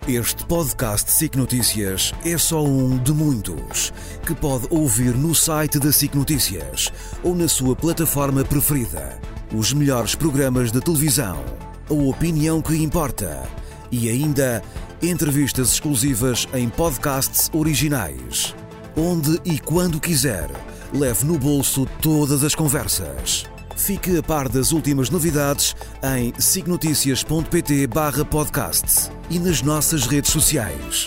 Este podcast SIC Notícias é só um de muitos que pode ouvir no site da SIC Notícias ou na sua plataforma preferida. Os melhores programas de televisão, a opinião que importa e ainda entrevistas exclusivas em podcasts originais. Onde e quando quiser, leve no bolso todas as conversas. Fique a par das últimas novidades em sicnoticias.pt/podcast e nas nossas redes sociais.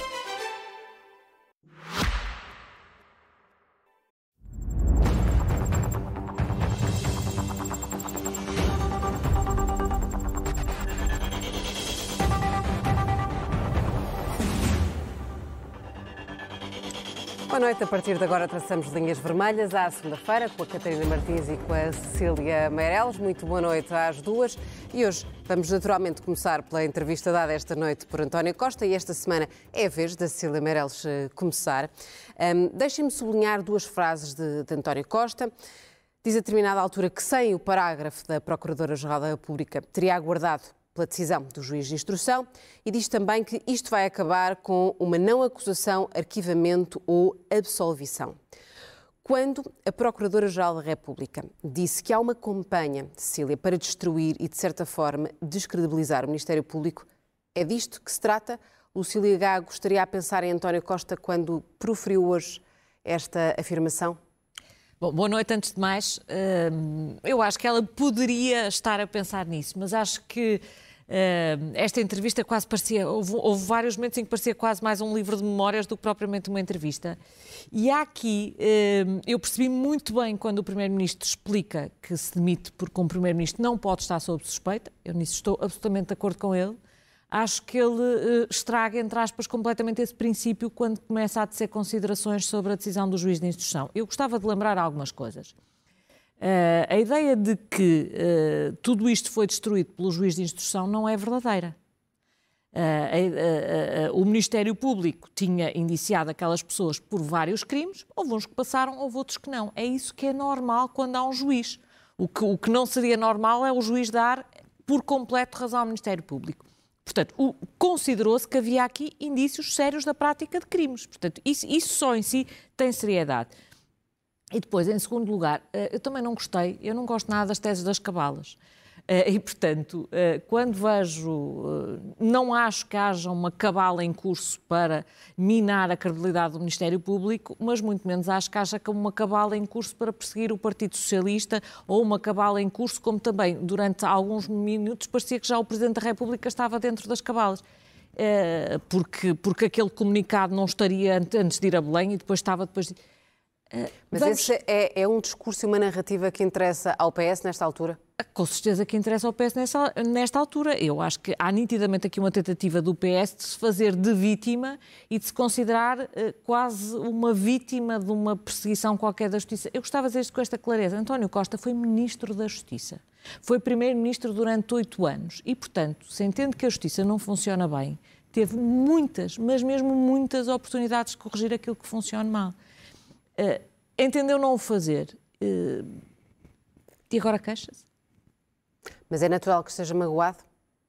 Boa noite. A partir de agora traçamos linhas vermelhas à segunda-feira com a Catarina Martins e com a Cecília Meireles. Muito boa noite às duas. E hoje vamos naturalmente começar pela entrevista dada esta noite por António Costa e esta semana é a vez da Cecília Meireles começar. Deixem-me sublinhar duas frases de António Costa. Diz a determinada altura que sem o parágrafo da Procuradora-Geral da República teria aguardado pela decisão do juiz de instrução e diz também que isto vai acabar com uma não acusação, arquivamento ou absolvição. Quando a Procuradora-Geral da República disse que há uma campanha, Cecília, para destruir e, de certa forma, descredibilizar o Ministério Público, é disto que se trata? Lucília Gago estaria a pensar em António Costa quando proferiu hoje esta afirmação? Bom, boa noite, antes de mais. Eu acho que ela poderia estar a pensar nisso, mas acho que esta entrevista quase parecia... Houve vários momentos em que parecia quase mais um livro de memórias do que propriamente uma entrevista. E há aqui, eu percebi muito bem quando o Primeiro-Ministro explica que se demite porque um Primeiro-Ministro não pode estar sob suspeita. Eu nisso estou absolutamente de acordo com ele. Acho que ele estraga, entre aspas, completamente esse princípio quando começa a tecer considerações sobre a decisão do juiz de instrução. Eu gostava de lembrar algumas coisas. A ideia de que tudo isto foi destruído pelo juiz de instrução não é verdadeira. O Ministério Público tinha indiciado aquelas pessoas por vários crimes, houve uns que passaram, houve outros que não. É isso que é normal quando há um juiz. O que não seria normal é o juiz dar por completo razão ao Ministério Público. Portanto, considerou-se que havia aqui indícios sérios da prática de crimes. Portanto, isso só em si tem seriedade. E depois, em segundo lugar, eu também não gostei, eu não gosto nada das teses das cabalas. E, portanto, quando vejo, não acho que haja uma cabala em curso para minar a credibilidade do Ministério Público, mas muito menos acho que haja uma cabala em curso para perseguir o Partido Socialista ou uma cabala em curso, como também durante alguns minutos parecia que já o Presidente da República estava dentro das cabalas. Porque aquele comunicado não estaria antes de ir a Belém e depois estava depois... Mas esse é um discurso e uma narrativa que interessa ao PS nesta altura? Com certeza que interessa ao PS nesta altura. Eu acho que há nitidamente aqui uma tentativa do PS de se fazer de vítima e de se considerar quase uma vítima de uma perseguição qualquer da Justiça. Eu gostava de dizer isto com esta clareza. António Costa foi Ministro da Justiça. Foi Primeiro-Ministro durante 8 anos e, portanto, se entende que a Justiça não funciona bem, teve muitas, mas mesmo muitas oportunidades de corrigir aquilo que funciona mal. Entendeu não o fazer e agora queixa-se? Mas é natural que esteja magoado?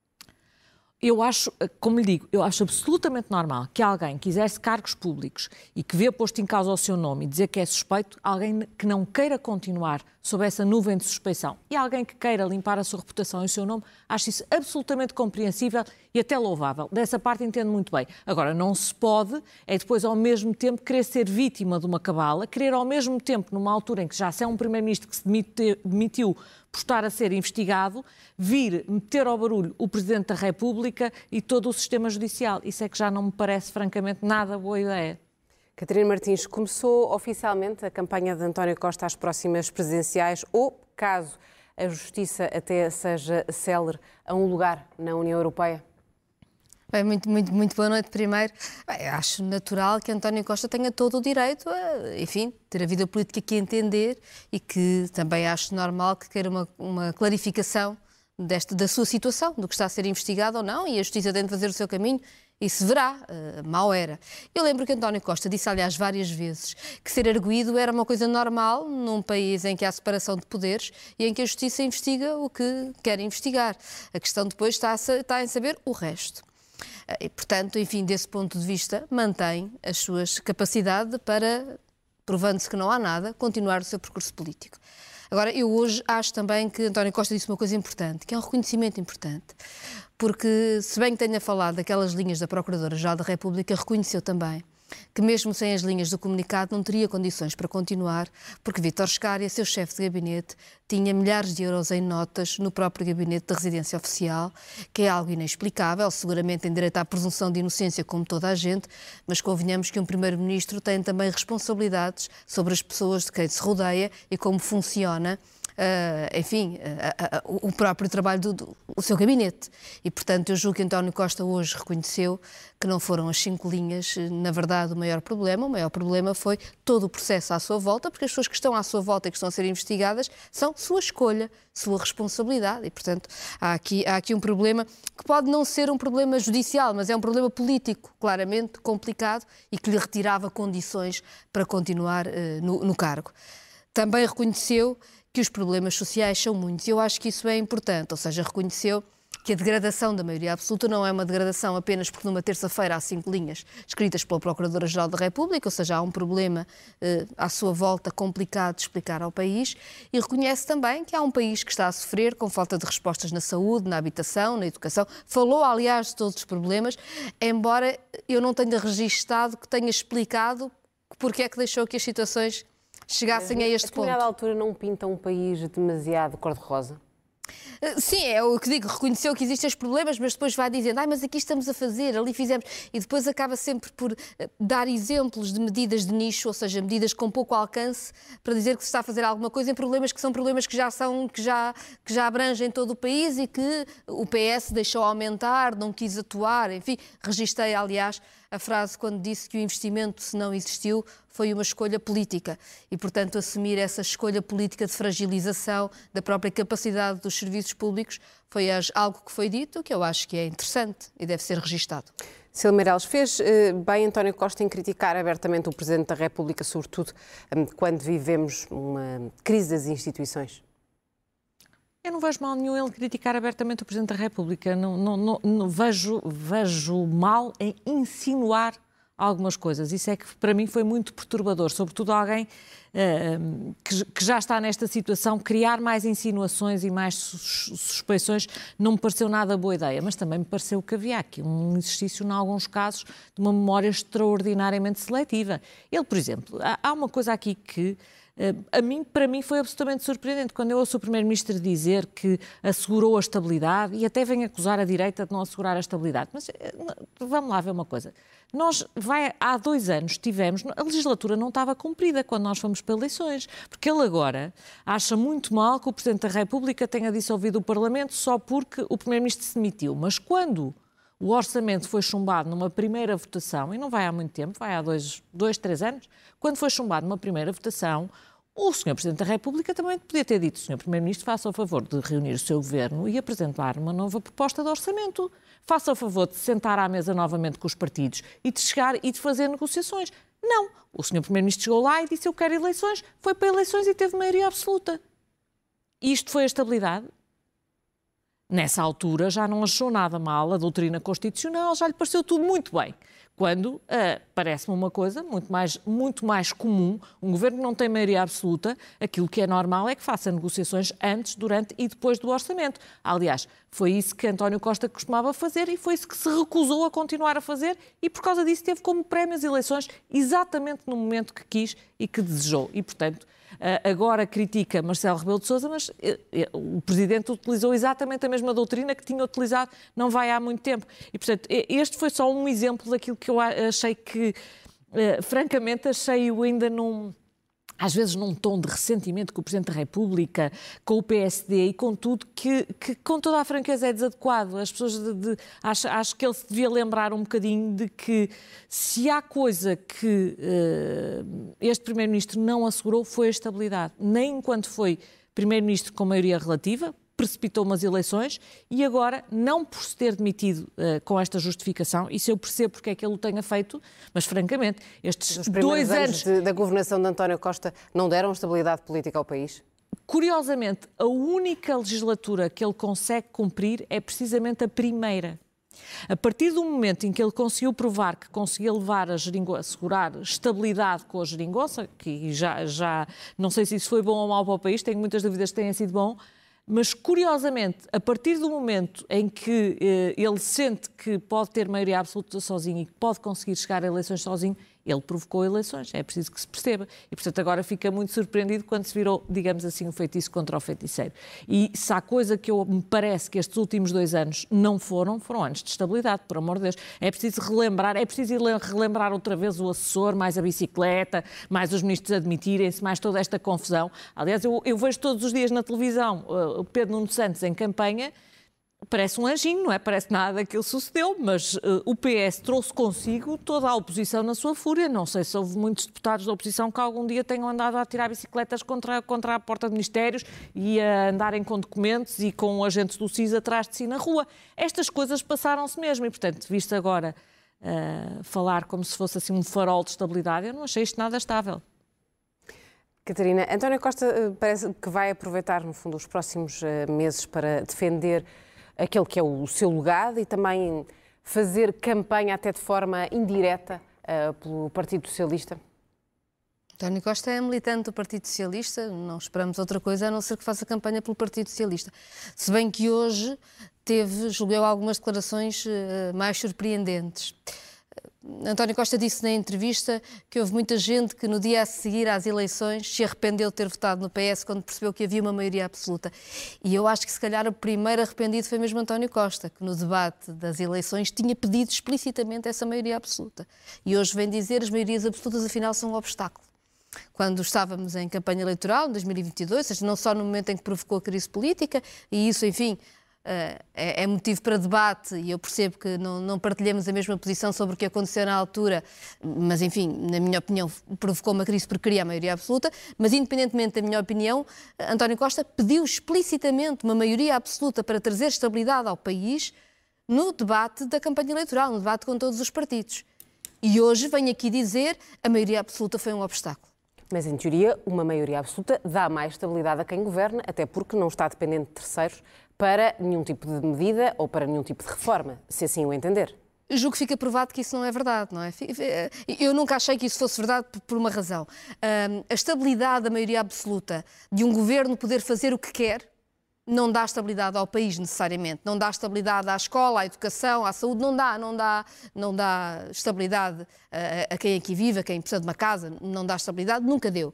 Eu acho, como lhe digo, eu acho absolutamente normal que alguém que exerce cargos públicos e que vê posto em causa o seu nome e dizer que é suspeito, alguém que não queira continuar sob essa nuvem de suspeição e alguém que queira limpar a sua reputação e o seu nome, acho isso absolutamente compreensível e até louvável. Dessa parte entendo muito bem. Agora, não se pode, é depois ao mesmo tempo querer ser vítima de uma cabala, querer ao mesmo tempo, numa altura em que já se é um Primeiro-Ministro que se demitiu por estar a ser investigado, vir meter ao barulho o Presidente da República e todo o sistema judicial. Isso é que já não me parece, francamente, nada boa ideia. Catarina Martins, começou oficialmente a campanha de António Costa às próximas presidenciais ou, caso a Justiça até seja célere, a um lugar na União Europeia? Bem, muito boa noite primeiro. Bem, acho natural que António Costa tenha todo o direito a, enfim, ter a vida política que entender e que também acho normal que queira uma clarificação da sua situação, do que está a ser investigado ou não, e a Justiça tem de fazer o seu caminho e se verá, mal era. Eu lembro que António Costa disse, aliás, várias vezes, que ser arguido era uma coisa normal num país em que há separação de poderes e em que a Justiça investiga o que quer investigar. A questão depois está em saber o resto. E, portanto, enfim, desse ponto de vista, mantém as suas capacidades para, provando-se que não há nada, continuar o seu percurso político. Agora, eu hoje acho também que António Costa disse uma coisa importante, que é um reconhecimento importante, porque, se bem que tenha falado daquelas linhas da Procuradora-Geral da República, reconheceu também que mesmo sem as linhas do comunicado não teria condições para continuar, porque Vítor Scária, seu chefe de gabinete, tinha milhares de euros em notas no próprio gabinete de residência oficial, que é algo inexplicável, seguramente tem direito à presunção de inocência como toda a gente, mas convenhamos que um primeiro-ministro tem também responsabilidades sobre as pessoas de quem se rodeia e como funciona o próprio trabalho do seu gabinete. E, portanto, eu julgo que António Costa hoje reconheceu que não foram as 5 linhas, na verdade, o maior problema. O maior problema foi todo o processo à sua volta, porque as pessoas que estão à sua volta e que estão a ser investigadas são sua escolha, sua responsabilidade. E, portanto, há aqui um problema que pode não ser um problema judicial, mas é um problema político, claramente complicado, e que lhe retirava condições para continuar no cargo. Também reconheceu que os problemas sociais são muitos. E eu acho que isso é importante, ou seja, reconheceu que a degradação da maioria absoluta não é uma degradação apenas porque numa terça-feira há 5 linhas escritas pela Procuradora-Geral da República, ou seja, há um problema à sua volta complicado de explicar ao país, e reconhece também que há um país que está a sofrer com falta de respostas na saúde, na habitação, na educação. Falou, aliás, de todos os problemas, embora eu não tenha registado que tenha explicado porque é que deixou que as situações chegassem a este ponto. A determinada altura não pinta um país demasiado cor-de-rosa? Sim, é o que digo, reconheceu que existem os problemas, mas depois vai dizendo, mas aqui estamos a fazer, ali fizemos, e depois acaba sempre por dar exemplos de medidas de nicho, ou seja, medidas com pouco alcance, para dizer que se está a fazer alguma coisa em problemas que são problemas que já abrangem todo o país e que o PS deixou aumentar, não quis atuar, enfim, registrei, aliás, a frase quando disse que o investimento, se não existiu, foi uma escolha política e, portanto, assumir essa escolha política de fragilização da própria capacidade dos serviços públicos foi algo que foi dito, que eu acho que é interessante e deve ser registado. Cília Meireles, fez bem António Costa em criticar abertamente o Presidente da República, sobretudo quando vivemos uma crise das instituições? Eu não vejo mal nenhum ele criticar abertamente o Presidente da República. Não vejo mal em insinuar algumas coisas. Isso é que para mim foi muito perturbador, sobretudo alguém que já está nesta situação, criar mais insinuações e mais suspeições não me pareceu nada boa ideia, mas também me pareceu que havia aqui um exercício, em alguns casos, de uma memória extraordinariamente seletiva. Ele, por exemplo, há uma coisa aqui que para mim foi absolutamente surpreendente, quando eu ouço o Primeiro-Ministro dizer que assegurou a estabilidade e até vem acusar a direita de não assegurar a estabilidade. Mas vamos lá ver uma coisa. Há 2 anos a legislatura não estava cumprida quando nós fomos para eleições, porque ele agora acha muito mal que o Presidente da República tenha dissolvido o Parlamento só porque o Primeiro-Ministro se demitiu. Mas quando o orçamento foi chumbado numa primeira votação, e não vai há muito tempo, vai há 3 anos, quando foi chumbado numa primeira votação, o Sr. Presidente da República também podia ter dito: Sr. Primeiro-Ministro, faça o favor de reunir o seu governo e apresentar uma nova proposta de orçamento. Faça o favor de sentar à mesa novamente com os partidos e de chegar e de fazer negociações. Não. O Sr. Primeiro-Ministro chegou lá e disse: eu quero eleições. Foi para eleições e teve maioria absoluta. E isto foi a estabilidade? Nessa altura já não achou nada mal a doutrina constitucional, já lhe pareceu tudo muito bem. Quando parece-me uma coisa muito mais comum, um governo que não tem maioria absoluta, aquilo que é normal é que faça negociações antes, durante e depois do orçamento. Aliás, foi isso que António Costa costumava fazer e foi isso que se recusou a continuar a fazer e por causa disso teve como prémio as eleições exatamente no momento que quis e que desejou. E, portanto, agora critica Marcelo Rebelo de Sousa, mas o Presidente utilizou exatamente a mesma doutrina que tinha utilizado não vai há muito tempo. E, portanto, este foi só um exemplo daquilo que eu achei que, francamente, achei-o ainda às vezes num tom de ressentimento com o Presidente da República, com o PSD e com tudo, que com toda a franqueza é desadequado. As pessoas acho que ele se devia lembrar um bocadinho de que se há coisa que este Primeiro-Ministro não assegurou foi a estabilidade. Nem enquanto foi Primeiro-Ministro com maioria relativa, precipitou umas eleições e agora, não por se ter demitido com esta justificação, isso eu percebo porque é que ele o tenha feito, mas francamente, estes 2 anos da governação de António Costa não deram estabilidade política ao país? Curiosamente, a única legislatura que ele consegue cumprir é precisamente a primeira. A partir do momento em que ele conseguiu provar que conseguia levar a geringonça, assegurar estabilidade com a geringonça, que já não sei se isso foi bom ou mau para o país, tenho muitas dúvidas que tenha sido bom, mas, curiosamente, a partir do momento em que ele sente que pode ter maioria absoluta sozinho e que pode conseguir chegar a eleições sozinho, ele provocou eleições, é preciso que se perceba. E, portanto, agora fica muito surpreendido quando se virou, digamos assim, um feitiço contra o feiticeiro. E se há coisa que me parece que estes últimos 2 anos não foram anos de estabilidade, por amor de Deus. É preciso relembrar outra vez o assessor, mais a bicicleta, mais os ministros admitirem-se, mais toda esta confusão. Aliás, eu vejo todos os dias na televisão o Pedro Nuno Santos em campanha. Parece um anjinho, não é? Parece nada daquilo sucedeu, mas o PS trouxe consigo toda a oposição na sua fúria. Não sei se houve muitos deputados da oposição que algum dia tenham andado a tirar bicicletas contra a porta de ministérios e a andarem com documentos e com agentes do SIS atrás de si na rua. Estas coisas passaram-se mesmo e, portanto, visto agora falar como se fosse assim um farol de estabilidade, eu não achei isto nada estável. Catarina, António Costa parece que vai aproveitar, no fundo, os próximos meses para defender aquele que é o seu legado e também fazer campanha até de forma indireta pelo Partido Socialista? António Costa é militante do Partido Socialista, não esperamos outra coisa a não ser que faça campanha pelo Partido Socialista. Se bem que hoje julguei algumas declarações mais surpreendentes. António Costa disse na entrevista que houve muita gente que no dia a seguir às eleições se arrependeu de ter votado no PS quando percebeu que havia uma maioria absoluta. E eu acho que se calhar o primeiro arrependido foi mesmo António Costa, que no debate das eleições tinha pedido explicitamente essa maioria absoluta. E hoje vem dizer que as maiorias absolutas afinal são um obstáculo. Quando estávamos em campanha eleitoral, em 2022, ou seja, não só no momento em que provocou a crise política, e isso, enfim, é motivo para debate e eu percebo que não partilhamos a mesma posição sobre o que aconteceu na altura, mas enfim, na minha opinião, provocou uma crise porque queria a maioria absoluta, mas independentemente da minha opinião, António Costa pediu explicitamente uma maioria absoluta para trazer estabilidade ao país no debate da campanha eleitoral, no debate com todos os partidos. E hoje venho aqui dizer que a maioria absoluta foi um obstáculo. Mas, em teoria, uma maioria absoluta dá mais estabilidade a quem governa, até porque não está dependente de terceiros para nenhum tipo de medida ou para nenhum tipo de reforma, se assim o entender. Julgo que fica provado que isso não é verdade, não é? Eu nunca achei que isso fosse verdade por uma razão. A estabilidade da maioria absoluta de um governo poder fazer o que quer não dá estabilidade ao país necessariamente, não dá estabilidade à escola, à educação, à saúde, não dá estabilidade a quem aqui vive, a quem precisa de uma casa, não dá estabilidade, nunca deu.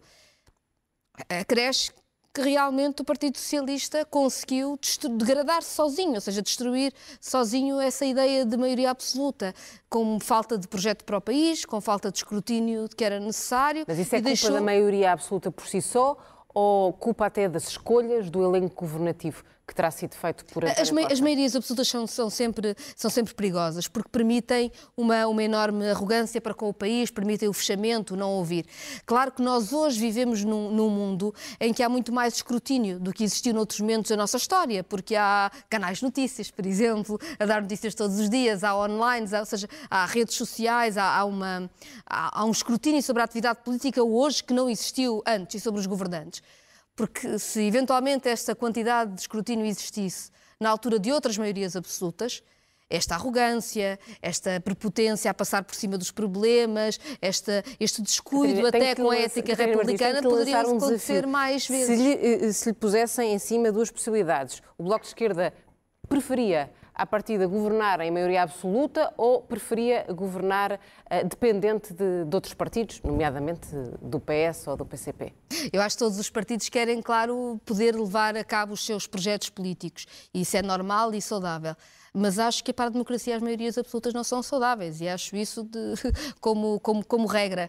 Acresce que realmente o Partido Socialista conseguiu degradar-se sozinho, ou seja, destruir sozinho essa ideia de maioria absoluta, com falta de projeto para o país, com falta de escrutínio que era necessário. Mas isso é culpa da maioria absoluta por si só ou culpa até das escolhas do elenco governativo que terá sido feito por António Costa? As maiorias absolutas são sempre perigosas, porque permitem uma enorme arrogância para com o país, permitem o fechamento, o não ouvir. Claro que nós hoje vivemos num mundo em que há muito mais escrutínio do que existiu noutros momentos da nossa história, porque há canais de notícias, por exemplo, a dar notícias todos os dias, há online, ou seja, há redes sociais, há um escrutínio sobre a atividade política hoje que não existiu antes e sobre os governantes. Porque se eventualmente esta quantidade de escrutínio existisse na altura de outras maiorias absolutas, esta arrogância, esta prepotência a passar por cima dos problemas, este descuido até com a ética republicana poderia acontecer mais vezes. Se lhe pusessem em cima duas possibilidades, o Bloco de Esquerda preferia à partida governar em maioria absoluta ou preferia governar dependente de outros partidos, nomeadamente do PS ou do PCP? Eu acho que todos os partidos querem, claro, poder levar a cabo os seus projetos políticos. E isso é normal e saudável. Mas acho que para a democracia as maiorias absolutas não são saudáveis e acho isso como regra.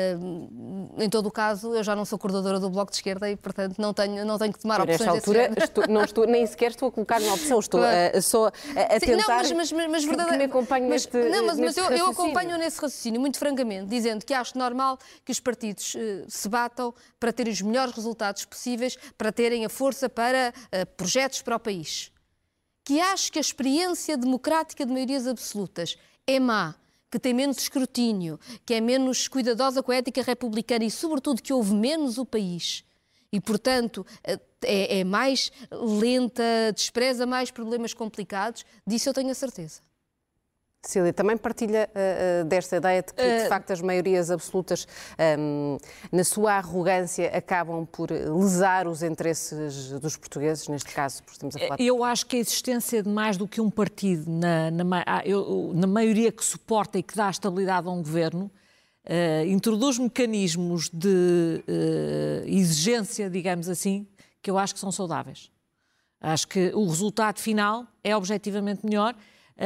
Em todo o caso, eu já não sou coordenadora do Bloco de Esquerda e, portanto, não tenho que tomar opções desse género. Nem sequer estou a colocar uma opção, estou só a tentar mas que me acompanhe neste raciocínio. Eu acompanho nesse raciocínio, muito francamente, dizendo que acho normal que os partidos se batam para terem os melhores resultados possíveis, para terem a força para projetos para o país. Que acho que a experiência democrática de maiorias absolutas é má, que tem menos escrutínio, que é menos cuidadosa com a ética republicana e, sobretudo, que ouve menos o país e, portanto, é mais lenta, despreza mais problemas complicados, disso eu tenho a certeza. Cília, também partilha desta ideia de que, de facto, as maiorias absolutas, na sua arrogância, acabam por lesar os interesses dos portugueses, neste caso, porque estamos a falar... Eu acho que a existência de mais do que um partido na maioria que suporta e que dá estabilidade a um governo, introduz mecanismos de exigência, digamos assim, que eu acho que são saudáveis. Acho que o resultado final é objetivamente melhor.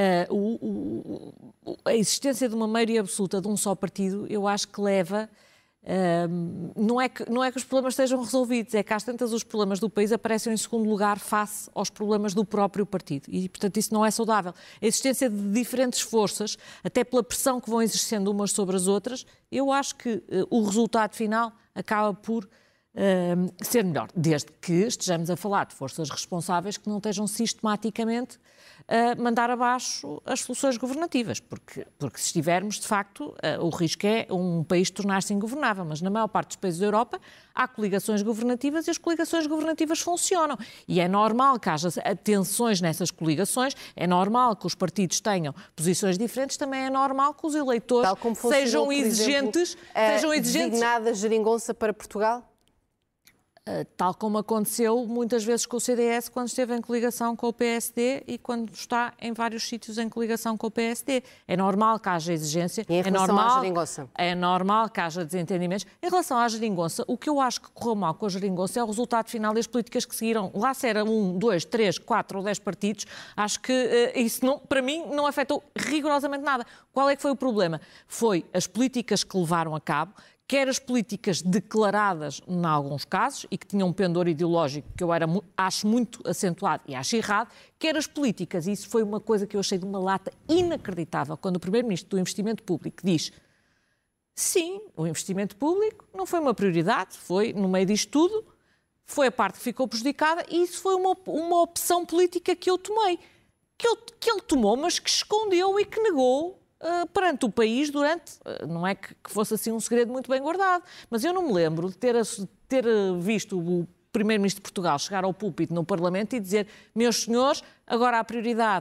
A existência de uma maioria absoluta de um só partido, eu acho que leva... não é que os problemas estejam resolvidos, é que às tantas os problemas do país aparecem em segundo lugar face aos problemas do próprio partido. E, portanto, isso não é saudável. A existência de diferentes forças, até pela pressão que vão exercendo umas sobre as outras, eu acho que o resultado final acaba por ser melhor, desde que estejamos a falar de forças responsáveis que não estejam sistematicamente a mandar abaixo as soluções governativas, porque se estivermos, de facto, o risco é um país tornar-se ingovernável, mas na maior parte dos países da Europa há coligações governativas e as coligações governativas funcionam. E é normal que haja tensões nessas coligações, é normal que os partidos tenham posições diferentes, também é normal que os eleitores sejam exigentes. Designada geringonça para Portugal? Tal como aconteceu muitas vezes com o CDS quando esteve em coligação com o PSD e quando está em vários sítios em coligação com o PSD. É normal que haja exigência, e em relação à geringonça? É normal que haja desentendimentos. Em relação à geringonça, o que eu acho que correu mal com a geringonça é o resultado final das políticas que seguiram. Lá se era 1, 2, 3, 4 ou 10 partidos, acho que isso não, para mim não afetou rigorosamente nada. Qual é que foi o problema? Foi as políticas que levaram a cabo, quer as políticas declaradas em alguns casos e que tinham um pendor ideológico que eu acho muito acentuado e acho errado, quer as políticas, e isso foi uma coisa que eu achei de uma lata inacreditável, quando o Primeiro-Ministro do Investimento Público diz: sim, o investimento público não foi uma prioridade, foi no meio disto tudo, foi a parte que ficou prejudicada e isso foi uma opção política que eu tomei, que ele tomou, mas que escondeu e que negou perante o país durante, não é que fosse assim um segredo muito bem guardado, mas eu não me lembro de ter visto o Primeiro-Ministro de Portugal chegar ao púlpito no Parlamento e dizer: meus senhores, agora a prioridade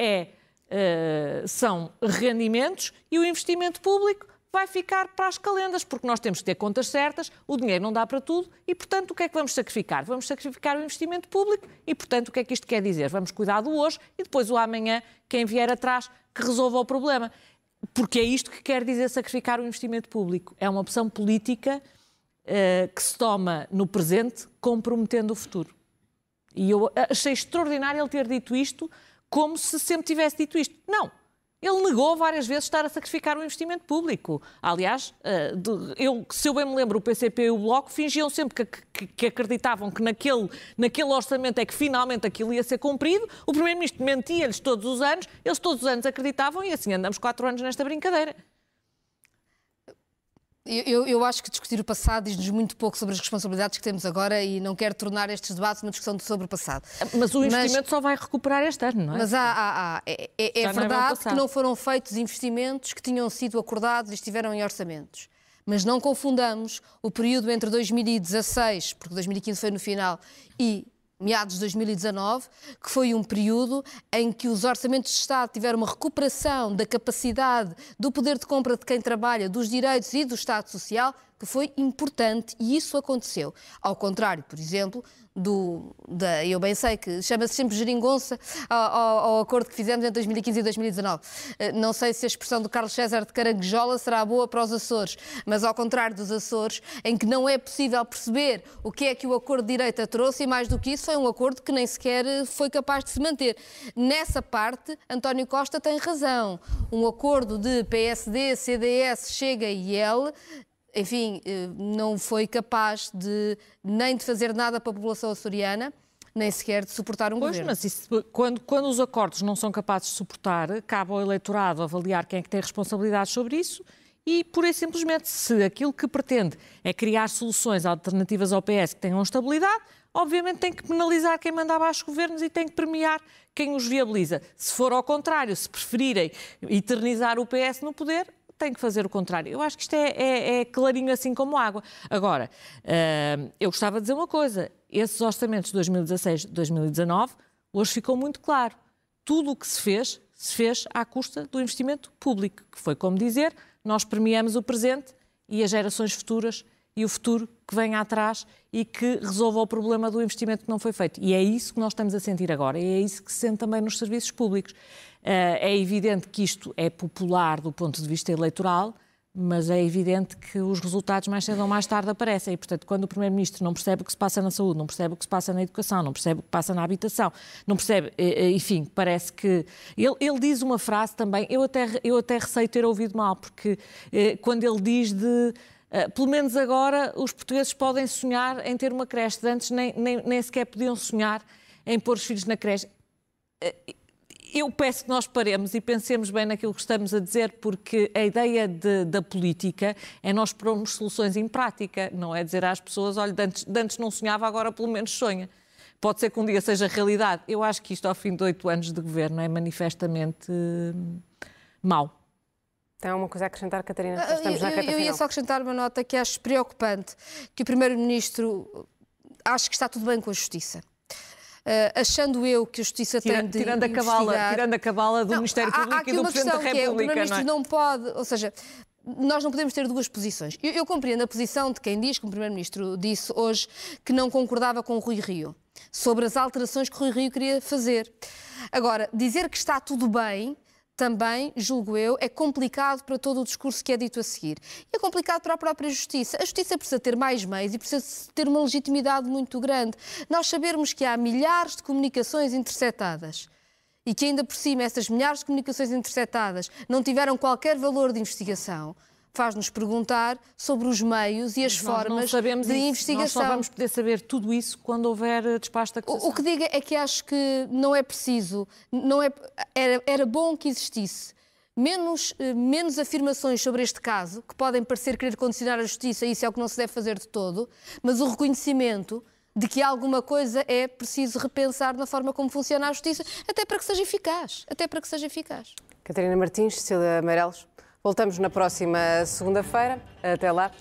são rendimentos e o investimento público vai ficar para as calendas, porque nós temos que ter contas certas, o dinheiro não dá para tudo e, portanto, o que é que vamos sacrificar? Vamos sacrificar o investimento público e, portanto, o que é que isto quer dizer? Vamos cuidar do hoje e depois o amanhã, quem vier atrás, que resolva o problema. Porque é isto que quer dizer sacrificar o investimento público. É uma opção política que se toma no presente, comprometendo o futuro. E eu achei extraordinário ele ter dito isto como se sempre tivesse dito isto. Não. Ele negou várias vezes estar a sacrificar o investimento público. Aliás, se eu bem me lembro, o PCP e o Bloco fingiam sempre que acreditavam que naquele orçamento é que finalmente aquilo ia ser cumprido. O Primeiro-Ministro mentia-lhes todos os anos, eles todos os anos acreditavam e assim andamos 4 anos nesta brincadeira. Eu acho que discutir o passado diz-nos muito pouco sobre as responsabilidades que temos agora e não quero tornar estes debates uma discussão sobre o passado. Mas o investimento só vai recuperar este ano, não é? Mas é verdade que não foram feitos investimentos que tinham sido acordados e estiveram em orçamentos. Mas não confundamos o período entre 2016, porque 2015 foi no final, e meados de 2019, que foi um período em que os orçamentos de Estado tiveram uma recuperação da capacidade do poder de compra de quem trabalha, dos direitos e do Estado Social, que foi importante e isso aconteceu. Ao contrário, por exemplo, eu bem sei que chama-se sempre geringonça ao acordo que fizemos entre 2015 e 2019. Não sei se a expressão do Carlos César de Caranguejola será boa para os Açores, mas ao contrário dos Açores, em que não é possível perceber o que é que o acordo de direita trouxe e mais do que isso, foi um acordo que nem sequer foi capaz de se manter. Nessa parte, António Costa tem razão. Um acordo de PSD, CDS, Chega e IEL, enfim, não foi capaz nem de fazer nada para a população açoriana, nem sequer de suportar um governo. Mas isso, quando os acordos não são capazes de suportar, cabe ao eleitorado avaliar quem é que tem responsabilidades sobre isso e, pura e simplesmente, se aquilo que pretende é criar soluções alternativas ao PS que tenham estabilidade, obviamente tem que penalizar quem manda abaixo governos e tem que premiar quem os viabiliza. Se for ao contrário, se preferirem eternizar o PS no poder, tem que fazer o contrário. Eu acho que isto é clarinho assim como água. Agora, eu gostava de dizer uma coisa. Esses orçamentos de 2016 e 2019, hoje ficou muito claro. Tudo o que se fez se fez à custa do investimento público, que foi como dizer, nós premiamos o presente e as gerações futuras e o futuro que vem atrás e que resolva o problema do investimento que não foi feito. E é isso que nós estamos a sentir agora, e é isso que se sente também nos serviços públicos. É evidente que isto é popular do ponto de vista eleitoral, mas é evidente que os resultados mais cedo ou mais tarde aparecem. E, portanto, quando o Primeiro-Ministro não percebe o que se passa na saúde, não percebe o que se passa na educação, não percebe o que passa na habitação, não percebe, enfim, parece que... Ele diz uma frase também, eu até receio ter ouvido mal, porque quando ele diz de... pelo menos agora os portugueses podem sonhar em ter uma creche. Antes nem sequer podiam sonhar em pôr os filhos na creche. Eu peço que nós paremos e pensemos bem naquilo que estamos a dizer, porque a ideia da política é nós pormos soluções em prática, não é dizer às pessoas, olha, antes não sonhava, agora pelo menos sonha. Pode ser que um dia seja realidade. Eu acho que isto, ao fim de 8 anos de governo, é manifestamente mau. Tem alguma coisa a acrescentar, Catarina? Estamos na reta final. Eu ia só acrescentar uma nota que acho preocupante, que o Primeiro-Ministro acha que está tudo bem com a Justiça. Achando eu que a Justiça tem de tirando a cabala do Ministério Público e do Presidente da República. O Primeiro-Ministro não pode, ou seja, nós não podemos ter duas posições. Eu compreendo a posição de quem diz, como o Primeiro-Ministro disse hoje, que não concordava com o Rui Rio, sobre as alterações que o Rui Rio queria fazer. Agora, dizer que está tudo bem, também, julgo eu, é complicado para todo o discurso que é dito a seguir. E é complicado para a própria Justiça. A Justiça precisa ter mais meios e precisa ter uma legitimidade muito grande. Nós sabermos que há milhares de comunicações interceptadas e que ainda por cima essas milhares de comunicações interceptadas não tiveram qualquer valor de investigação, faz-nos perguntar sobre os meios e as formas de investigação. Nós só vamos poder saber tudo isso quando houver despacho da acusação. O que digo é que acho que não é preciso, era bom que existisse menos afirmações sobre este caso, que podem parecer querer condicionar a justiça, e isso é o que não se deve fazer de todo, mas o reconhecimento de que alguma coisa é preciso repensar na forma como funciona a justiça, até para que seja eficaz. Catarina Martins, Cecília Meireles. Voltamos na próxima segunda-feira. Até lá.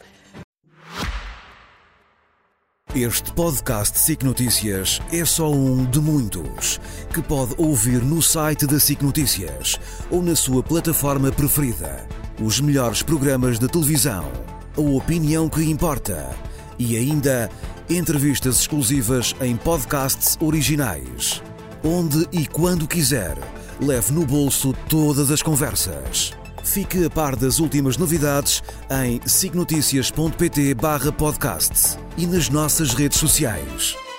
Este podcast SIC Notícias é só um de muitos que pode ouvir no site da SIC Notícias ou na sua plataforma preferida. Os melhores programas de televisão, a opinião que importa e ainda entrevistas exclusivas em podcasts originais. Onde e quando quiser, leve no bolso todas as conversas. Fique a par das últimas novidades em sicnoticias.pt/podcast e nas nossas redes sociais.